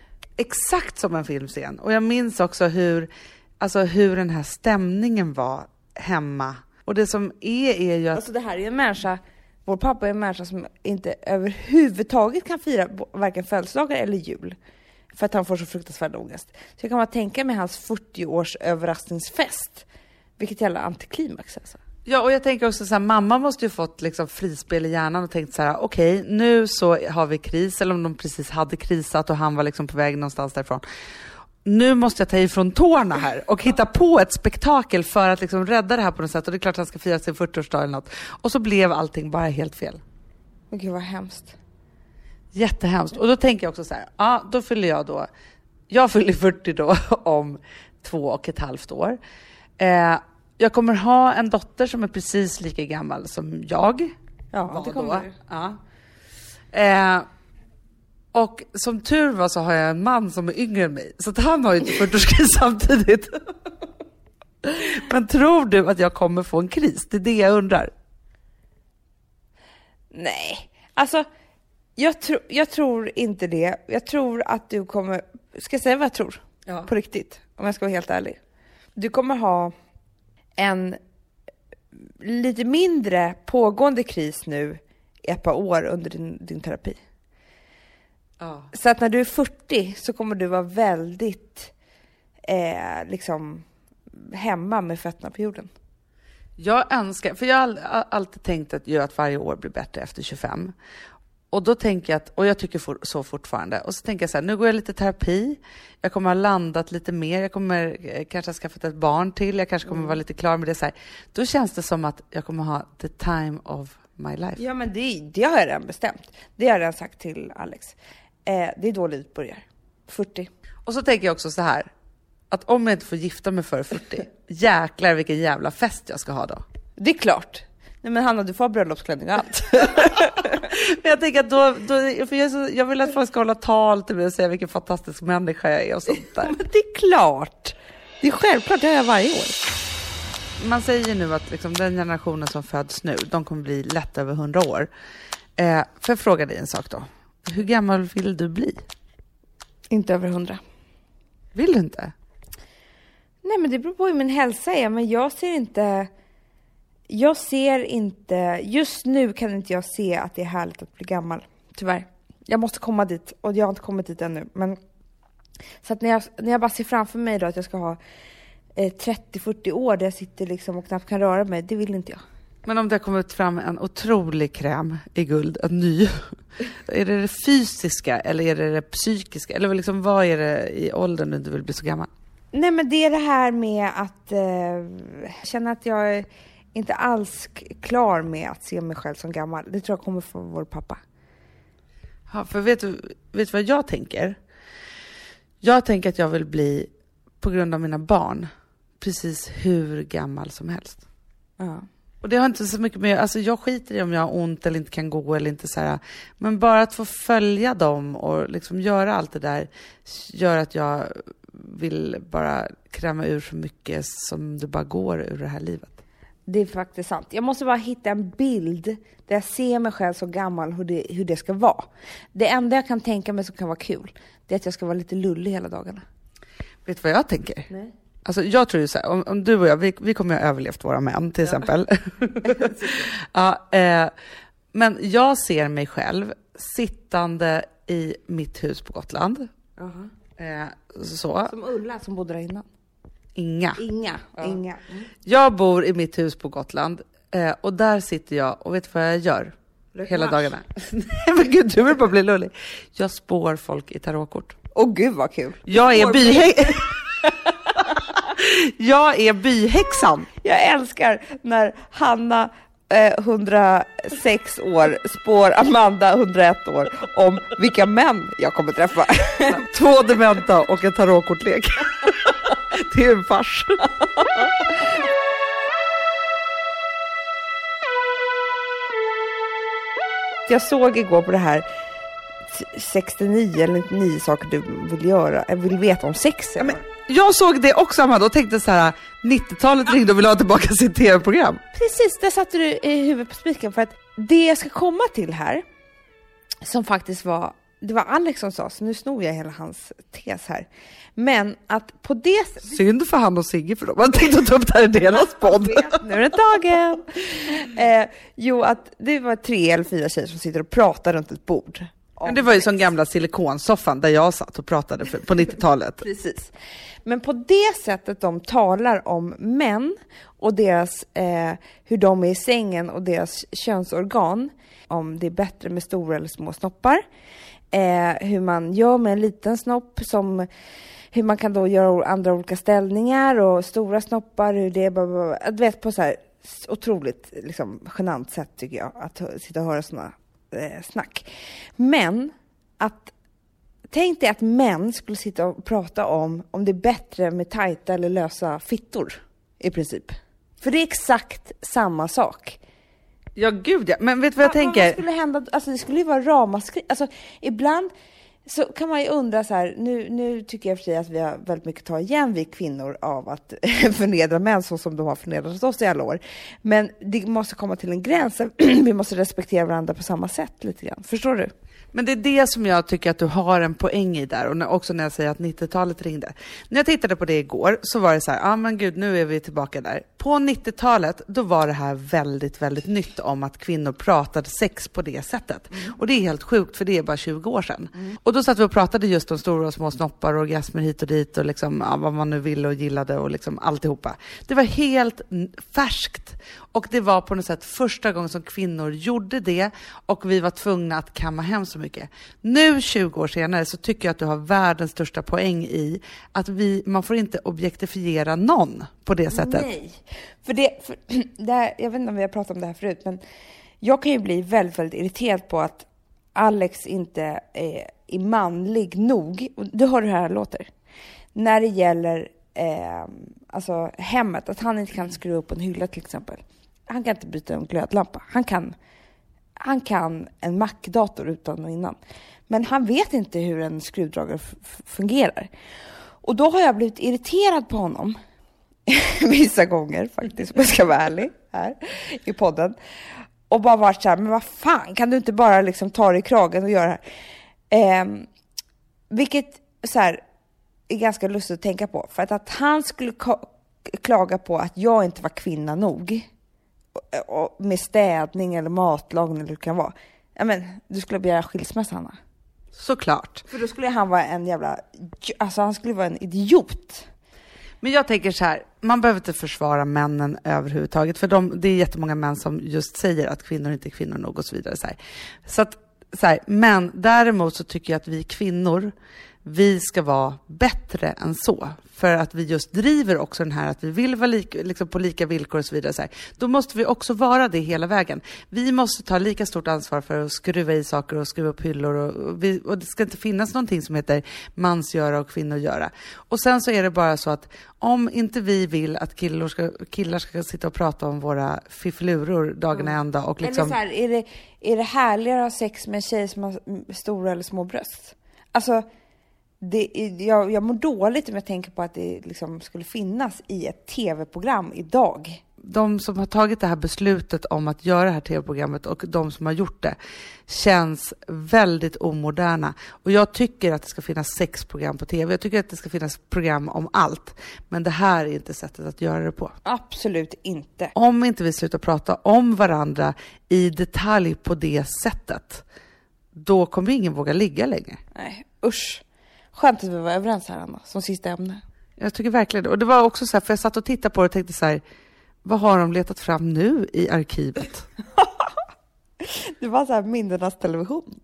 Exakt som en filmscen. Och jag minns också hur den här stämningen var hemma. Och det som är ju att... Alltså det här är en människa... Vår pappa är en människa som inte överhuvudtaget kan fira varken födelsedagar eller jul. För att han får så fruktansvärd ångest. Så jag kan bara tänka mig hans 40-års överraskningsfest. Vilket jävla antiklimax alltså. Ja, och jag tänker också så här, mamma måste ju fått liksom frispel i hjärnan och tänkt så här, okej, nu så har vi kris. Eller om de precis hade krisat och han var liksom på väg någonstans därifrån. Nu måste jag ta ifrån tårna här och hitta på ett spektakel för att liksom rädda det här på något sätt. Och det är klart att han ska fira sin 40-årsdag eller något. Och så blev allting bara helt fel. Men gud vad hemskt. Jättehemskt. Och då tänker jag också så här, ja, då fyller jag då. Jag fyller 40 då om 2,5 år. Jag kommer ha en dotter som är precis lika gammal som jag. Ja, det kommer du. Ja. Och som tur var så har jag en man som är yngre än mig. Så att han har ju inte 40-årskris samtidigt. Men tror du att jag kommer få en kris? Det är det jag undrar. Nej, alltså jag tror inte det. Jag tror att du kommer... Ska jag säga vad jag tror? Ja. På riktigt, om jag ska vara helt ärlig. Du kommer ha en lite mindre pågående kris nu i ett par år under din terapi. Ja. Så att när du är 40 så kommer du vara väldigt liksom hemma med fötterna på jorden. Jag önskar, för jag har alltid tänkt att varje år blir bättre efter 25. Och då tänker jag och jag tycker så fortfarande. Och så tänker jag så här, nu går jag lite terapi. Jag kommer ha landat lite mer. Jag kommer kanske ha skaffat ett barn till. Jag kanske kommer vara lite klar med det så här. Då känns det som att jag kommer ha the time of my life. Ja, men det har jag redan bestämt. Det har jag redan sagt till Alex. Det är då livet börjar. 40. Och så tänker jag också så här, att om jag inte får gifta mig för 40, jäklar vilken jävla fest jag ska ha då. Det är klart. Nej, men Hanna, du får bröllopsklänning och allt. Men jag tänker att för jag vill att folk ska hålla tal till mig och säga vilken fantastisk människa jag är och sånt där. Men det är klart. Det är självklart, det har jag varje år. man säger nu att liksom, den generationen som föds nu, de kommer bli lätt över 100 år. Får jag fråga dig en sak då? Hur gammal vill du bli? Inte över 100. Vill du inte? Nej, men det beror på hur min hälsa är. Men jag ser inte... Just nu kan inte jag se att det är härligt att bli gammal. Tyvärr. Jag måste komma dit. Och jag har inte kommit dit ännu. Men, så att när jag bara ser framför mig då att jag ska ha 30-40 år där jag sitter liksom och knappt kan röra mig. Det vill inte jag. Men om det har kommit fram en otrolig kräm i guld, en ny. Är det fysiska eller är det psykiska? Eller liksom, vad är det i åldern du inte vill bli så gammal? Nej, men det är det här med att känna att jag är inte alls klar med att se mig själv som gammal. Det tror jag kommer från vår pappa. Ja, för vet du vad jag tänker? Jag tänker att jag vill bli, på grund av mina barn, precis hur gammal som helst. Ja. Och det har inte så mycket med, alltså jag skiter i om jag har ont eller inte kan gå eller inte så här. Men bara att få följa dem och liksom göra allt det där gör att jag vill bara kräma ur så mycket som det bara går ur det här livet. Det är faktiskt sant. Jag måste bara hitta en bild där jag ser mig själv så gammal hur det ska vara. Det enda jag kan tänka mig som kan vara kul, det är att jag ska vara lite lullig hela dagarna. Vet du vad jag tänker? Nej. Alltså jag tror ju så här, om du och jag, vi kommer ju ha överlevt våra män till exempel. Ja, men jag ser mig själv sittande i mitt hus på Gotland. Så. Som Ulla som bodde där innan. Inga. Mm. Jag bor i mitt hus på Gotland och där sitter jag och vet vad jag gör hela dagarna? Nej men gud, du vill bara bli lullig. Jag spår folk i tarotkort. Åh gud vad kul. Jag är byhäxan. Jag älskar när Hanna 106 år spår Amanda 101 år om vilka män jag kommer träffa. 2 dementa och en tarotkortlek. Det är en fars. Jag såg igår på det här 69 eller 99 saker du vill veta om sex. Ja, men jag såg det också, Amanda, och tänkte så här, 90-talet ringde och ville ha tillbaka sitt tv-program. Precis, där satte du i huvudet på spiken, för att det jag ska komma till här, som faktiskt det var Alex som sa, så nu snor jag hela hans tes här. Men att på det... Synd för han och Sigge, för de man tänkte ta upp det här i deras podd. Nu är det dagen. Jo, att det var 3 eller 4 tjejer som sitter och pratar runt ett bord. Men det var ju som gamla silikonsoffan där jag satt och pratade på 90-talet. Precis. Men på det sättet de talar om män och deras, hur de är i sängen och deras könsorgan, om det är bättre med stora eller små snoppar, hur man gör med en liten snopp, hur man kan då göra andra olika ställningar och stora snoppar, hur det är, du vet, på så här otroligt liksom genant sätt tycker jag att sitta och höra såna snack. Men tänk dig att män skulle sitta och prata om det är bättre med tajta eller lösa fittor i princip. För det är exakt samma sak. Ja gud ja, men vet du vad jag tänker? Vad skulle hända? Alltså det skulle ju vara ramaskri. Alltså ibland så kan man ju undra så här, nu tycker jag för sig att vi har väldigt mycket att ta igen, vi kvinnor, av att förnedra män så som de har förnedrat oss i alla år. Men det måste komma till en gräns. Vi måste respektera varandra på samma sätt lite grann. Förstår du? Men det är det som jag tycker att du har en poäng i där. Och också när jag säger att 90-talet ringde. När jag tittade på det igår så var det så här, men gud, nu är vi tillbaka där. På 90-talet, då var det här väldigt, väldigt nytt om att kvinnor pratade sex på det sättet. Och det är helt sjukt, för det är bara 20 år sedan. Och då satt vi och pratade just om stora och små snoppar och orgasmer hit och dit och liksom, vad man nu ville och gillade och liksom alltihopa. Det var helt färskt. Och det var på något sätt första gången som kvinnor gjorde det och vi var tvungna att kamma hem så mycket. Nu 20 år senare så tycker jag att du har världens största poäng i att man får inte objektifiera någon på det sättet. Nej, för det här, jag vet inte om vi har pratat om det här förut, men jag kan ju bli väldigt, väldigt irriterad på att Alex inte är manlig nog. Du hör hur det här låter. När det gäller alltså hemmet, att han inte kan skruva upp en hylla till exempel. Han kan inte byta en glödlampa. Han kan en Mac-dator utan och innan. Men han vet inte hur en skruvdragare fungerar. Och då har jag blivit irriterad på honom. vissa gånger faktiskt, om jag ska vara ärlig här i podden. Och bara varit så här, men vad fan, kan du inte bara liksom ta dig i kragen och göra det här? Vilket så här, är ganska lustigt att tänka på. För att han skulle klaga på att jag inte var kvinna nog. Och med städning eller matlagning eller det kan vara. Men du skulle begära skilsmässa, Hanna. Såklart. För då skulle han vara en jävla... Alltså han skulle vara en idiot. Men jag tänker så här, man behöver inte försvara männen överhuvudtaget. För det är jättemånga män som just säger att kvinnor inte är kvinnor nog och så vidare. Så här, men däremot så tycker jag att vi kvinnor, vi ska vara bättre än så. För att vi just driver också den här att vi vill vara liksom på lika villkor och så vidare. Så här. Då måste vi också vara det hela vägen. Vi måste ta lika stort ansvar för att skruva i saker och skruva upp hyllor. Och det ska inte finnas någonting som heter mansgöra och kvinnogöra. Och sen så är det bara så att om inte vi vill att killar ska sitta och prata om våra fiffluror dagarna ända. Och liksom... Eller så här, är det härligare att ha sex med en tjej som har stora eller små bröst? Alltså... Jag mår dåligt om jag tänker på att det liksom skulle finnas i ett tv-program idag. De som har tagit det här beslutet om att göra det här tv-programmet och de som har gjort det känns väldigt omoderna. Och jag tycker att det ska finnas sexprogram på tv. Jag tycker att det ska finnas program om allt. Men det här är inte sättet att göra det på. Absolut inte. Om inte vi slutar prata om varandra i detalj på det sättet, då kommer ingen våga ligga längre. Nej, usch. Skönt att vi var överens här, Anna, som sista ämne. Jag tycker verkligen det. Och det var också så här, för jag satt och tittade på det och tänkte så här, vad har de letat fram nu i arkivet? Det var så här minnenas television.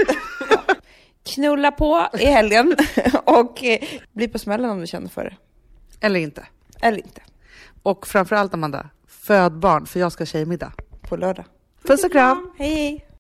Knulla på i helgen och bli på smällen om du känner för det. Eller inte. Eller inte. Och framförallt, Amanda, föd barn, för jag ska tjejmiddag. På lördag. Puss och kram. Hej, hej.